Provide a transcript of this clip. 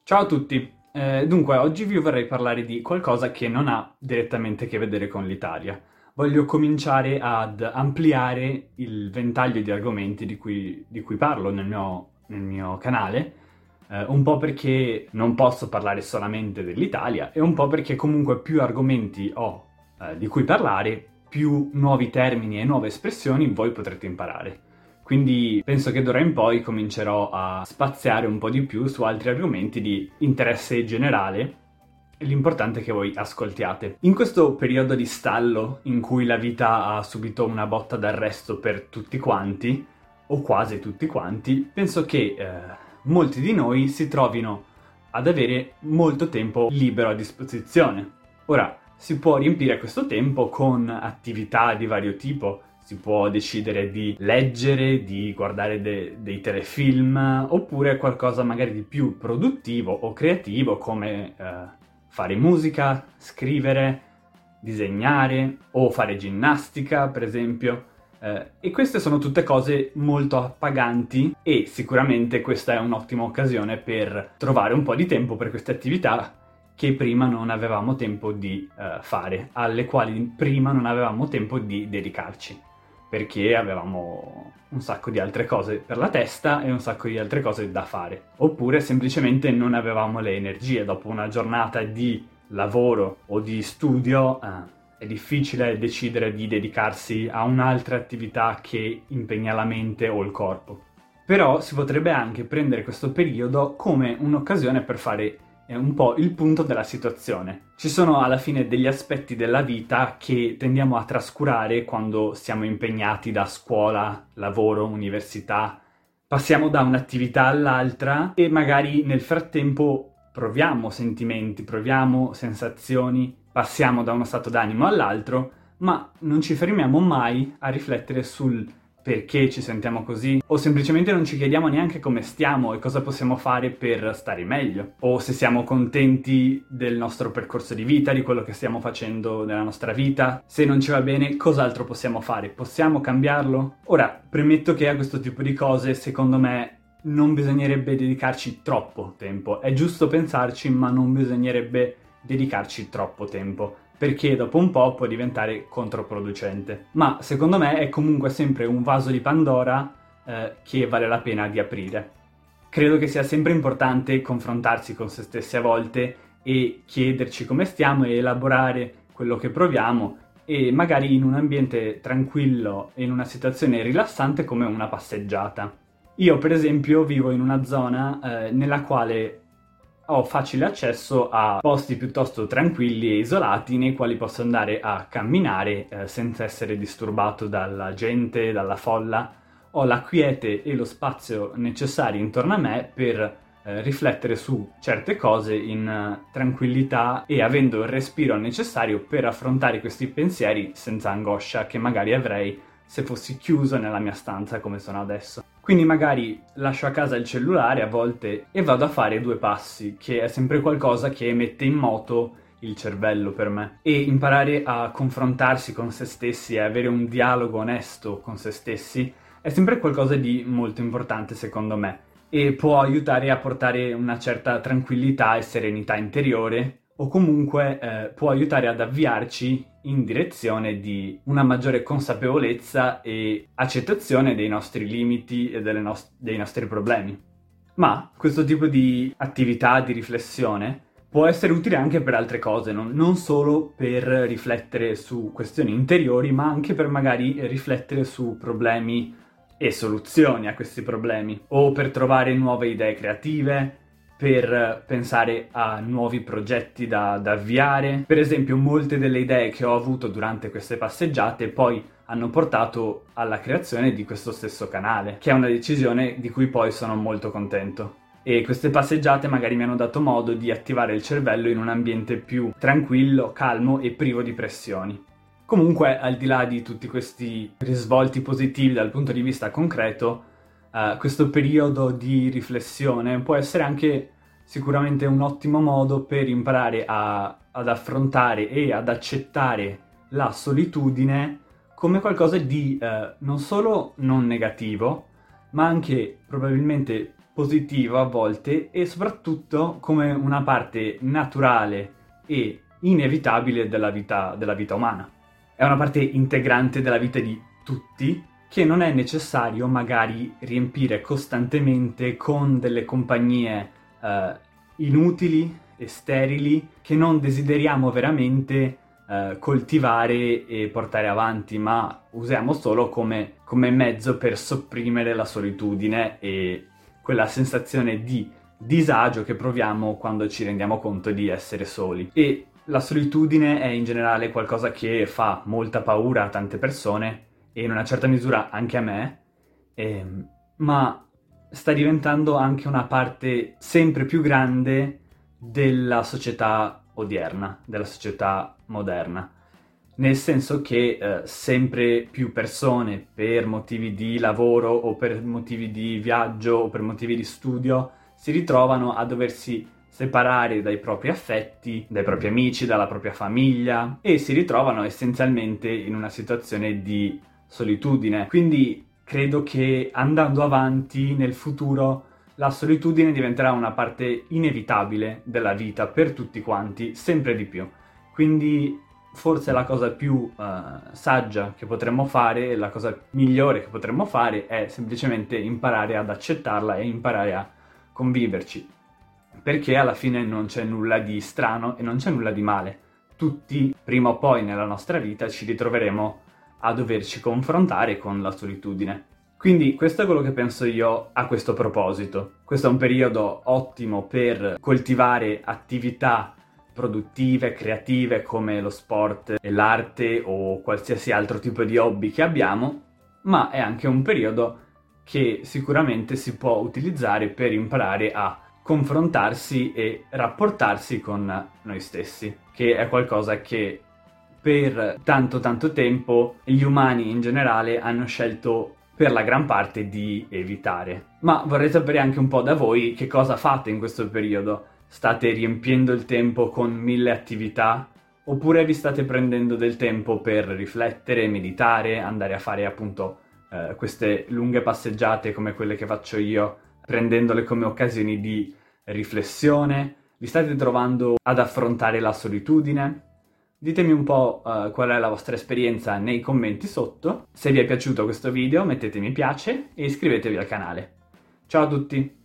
Ciao a tutti. Dunque, oggi vi vorrei parlare di qualcosa che non ha direttamente a che vedere con l'Italia. Voglio cominciare ad ampliare il ventaglio di argomenti di cui parlo nel mio canale, un po' perché non posso parlare solamente dell'Italia e un po' perché comunque più argomenti ho di cui parlare, più nuovi termini e nuove espressioni voi potrete imparare. Quindi penso che d'ora in poi comincerò a spaziare un po' di più su altri argomenti di interesse generale e l'importante è che voi ascoltiate. In questo periodo di stallo in cui la vita ha subito una botta d'arresto per tutti quanti, o quasi tutti quanti, penso che molti di noi si trovino ad avere molto tempo libero a disposizione. Ora, si può riempire questo tempo con attività di vario tipo. Si può decidere di leggere, di guardare dei telefilm, oppure qualcosa magari di più produttivo o creativo come fare musica, scrivere, disegnare o fare ginnastica, per esempio. E queste sono tutte cose molto appaganti e sicuramente questa è un'ottima occasione per trovare un po' di tempo per queste attività che prima non avevamo tempo di fare, alle quali prima non avevamo tempo di dedicarci, perché avevamo un sacco di altre cose per la testa e un sacco di altre cose da fare. Oppure semplicemente non avevamo le energie dopo una giornata di lavoro o di studio. È difficile decidere di dedicarsi a un'altra attività che impegna la mente o il corpo. Però si potrebbe anche prendere questo periodo come un'occasione per fare un po' il punto della situazione. Ci sono alla fine degli aspetti della vita che tendiamo a trascurare quando siamo impegnati da scuola, lavoro, università. Passiamo da un'attività all'altra e magari nel frattempo proviamo sentimenti, proviamo sensazioni, passiamo da uno stato d'animo all'altro, ma non ci fermiamo mai a riflettere sul perché ci sentiamo così, o semplicemente non ci chiediamo neanche come stiamo e cosa possiamo fare per stare meglio, o se siamo contenti del nostro percorso di vita, di quello che stiamo facendo nella nostra vita. Se non ci va bene, cos'altro possiamo fare? Possiamo cambiarlo? Ora, premetto che a questo tipo di cose, secondo me, non bisognerebbe dedicarci troppo tempo. È giusto pensarci, ma non bisognerebbe dedicarci troppo tempo, perché dopo un po' può diventare controproducente. Ma secondo me è comunque sempre un vaso di Pandora che vale la pena di aprire. Credo che sia sempre importante confrontarsi con se stessi a volte e chiederci come stiamo e elaborare quello che proviamo, e magari in un ambiente tranquillo e in una situazione rilassante come una passeggiata. Io per esempio vivo in una zona nella quale ho facile accesso a posti piuttosto tranquilli e isolati nei quali posso andare a camminare senza essere disturbato dalla gente, dalla folla. Ho la quiete e lo spazio necessari intorno a me per riflettere su certe cose in tranquillità e avendo il respiro necessario per affrontare questi pensieri senza angoscia che magari avrei se fossi chiuso nella mia stanza come sono adesso. Quindi magari lascio a casa il cellulare a volte e vado a fare 2 passi, che è sempre qualcosa che mette in moto il cervello per me. E imparare a confrontarsi con se stessi e avere un dialogo onesto con se stessi è sempre qualcosa di molto importante secondo me, e può aiutare a portare una certa tranquillità e serenità interiore, o comunque può aiutare ad avviarci in direzione di una maggiore consapevolezza e accettazione dei nostri limiti e dei nostri problemi. Ma questo tipo di attività di riflessione può essere utile anche per altre cose, non solo per riflettere su questioni interiori, ma anche per magari riflettere su problemi e soluzioni a questi problemi, o per trovare nuove idee creative, per pensare a nuovi progetti da avviare. Per esempio, molte delle idee che ho avuto durante queste passeggiate poi hanno portato alla creazione di questo stesso canale, che è una decisione di cui poi sono molto contento. E queste passeggiate magari mi hanno dato modo di attivare il cervello in un ambiente più tranquillo, calmo e privo di pressioni. Comunque, al di là di tutti questi risvolti positivi dal punto di vista concreto, questo periodo di riflessione può essere anche sicuramente un ottimo modo per imparare ad affrontare e ad accettare la solitudine come qualcosa di non solo non negativo, ma anche probabilmente positivo a volte e soprattutto come una parte naturale e inevitabile della vita umana. È una parte integrante della vita di tutti che non è necessario magari riempire costantemente con delle compagnie inutili e sterili che non desideriamo veramente coltivare e portare avanti, ma usiamo solo come mezzo per sopprimere la solitudine e quella sensazione di disagio che proviamo quando ci rendiamo conto di essere soli. E la solitudine è in generale qualcosa che fa molta paura a tante persone e in una certa misura anche a me, ma sta diventando anche una parte sempre più grande della società odierna, della società moderna. Nel senso che sempre più persone, per motivi di lavoro o per motivi di viaggio o per motivi di studio, si ritrovano a doversi separare dai propri affetti, dai propri amici, dalla propria famiglia e si ritrovano essenzialmente in una situazione di solitudine. Quindi credo che andando avanti nel futuro la solitudine diventerà una parte inevitabile della vita per tutti quanti, sempre di più. Quindi forse la cosa più saggia che potremmo fare, la cosa migliore che potremmo fare è semplicemente imparare ad accettarla e imparare a conviverci, perché alla fine non c'è nulla di strano e non c'è nulla di male. Tutti, prima o poi nella nostra vita, ci ritroveremo a doverci confrontare con la solitudine. Quindi questo è quello che penso io a questo proposito. Questo è un periodo ottimo per coltivare attività produttive, creative come lo sport e l'arte o qualsiasi altro tipo di hobby che abbiamo, ma è anche un periodo che sicuramente si può utilizzare per imparare a confrontarsi e rapportarsi con noi stessi, che è qualcosa che per tanto tempo gli umani in generale hanno scelto per la gran parte di evitare. Ma vorrei sapere anche un po' da voi che cosa fate in questo periodo. State riempiendo il tempo con 1000 attività? Oppure vi state prendendo del tempo per riflettere, meditare, andare a fare appunto queste lunghe passeggiate come quelle che faccio io, prendendole come occasioni di riflessione? Vi state trovando ad affrontare la solitudine? Ditemi un po' qual è la vostra esperienza nei commenti sotto. Se vi è piaciuto questo video mettete mi piace e iscrivetevi al canale. Ciao a tutti!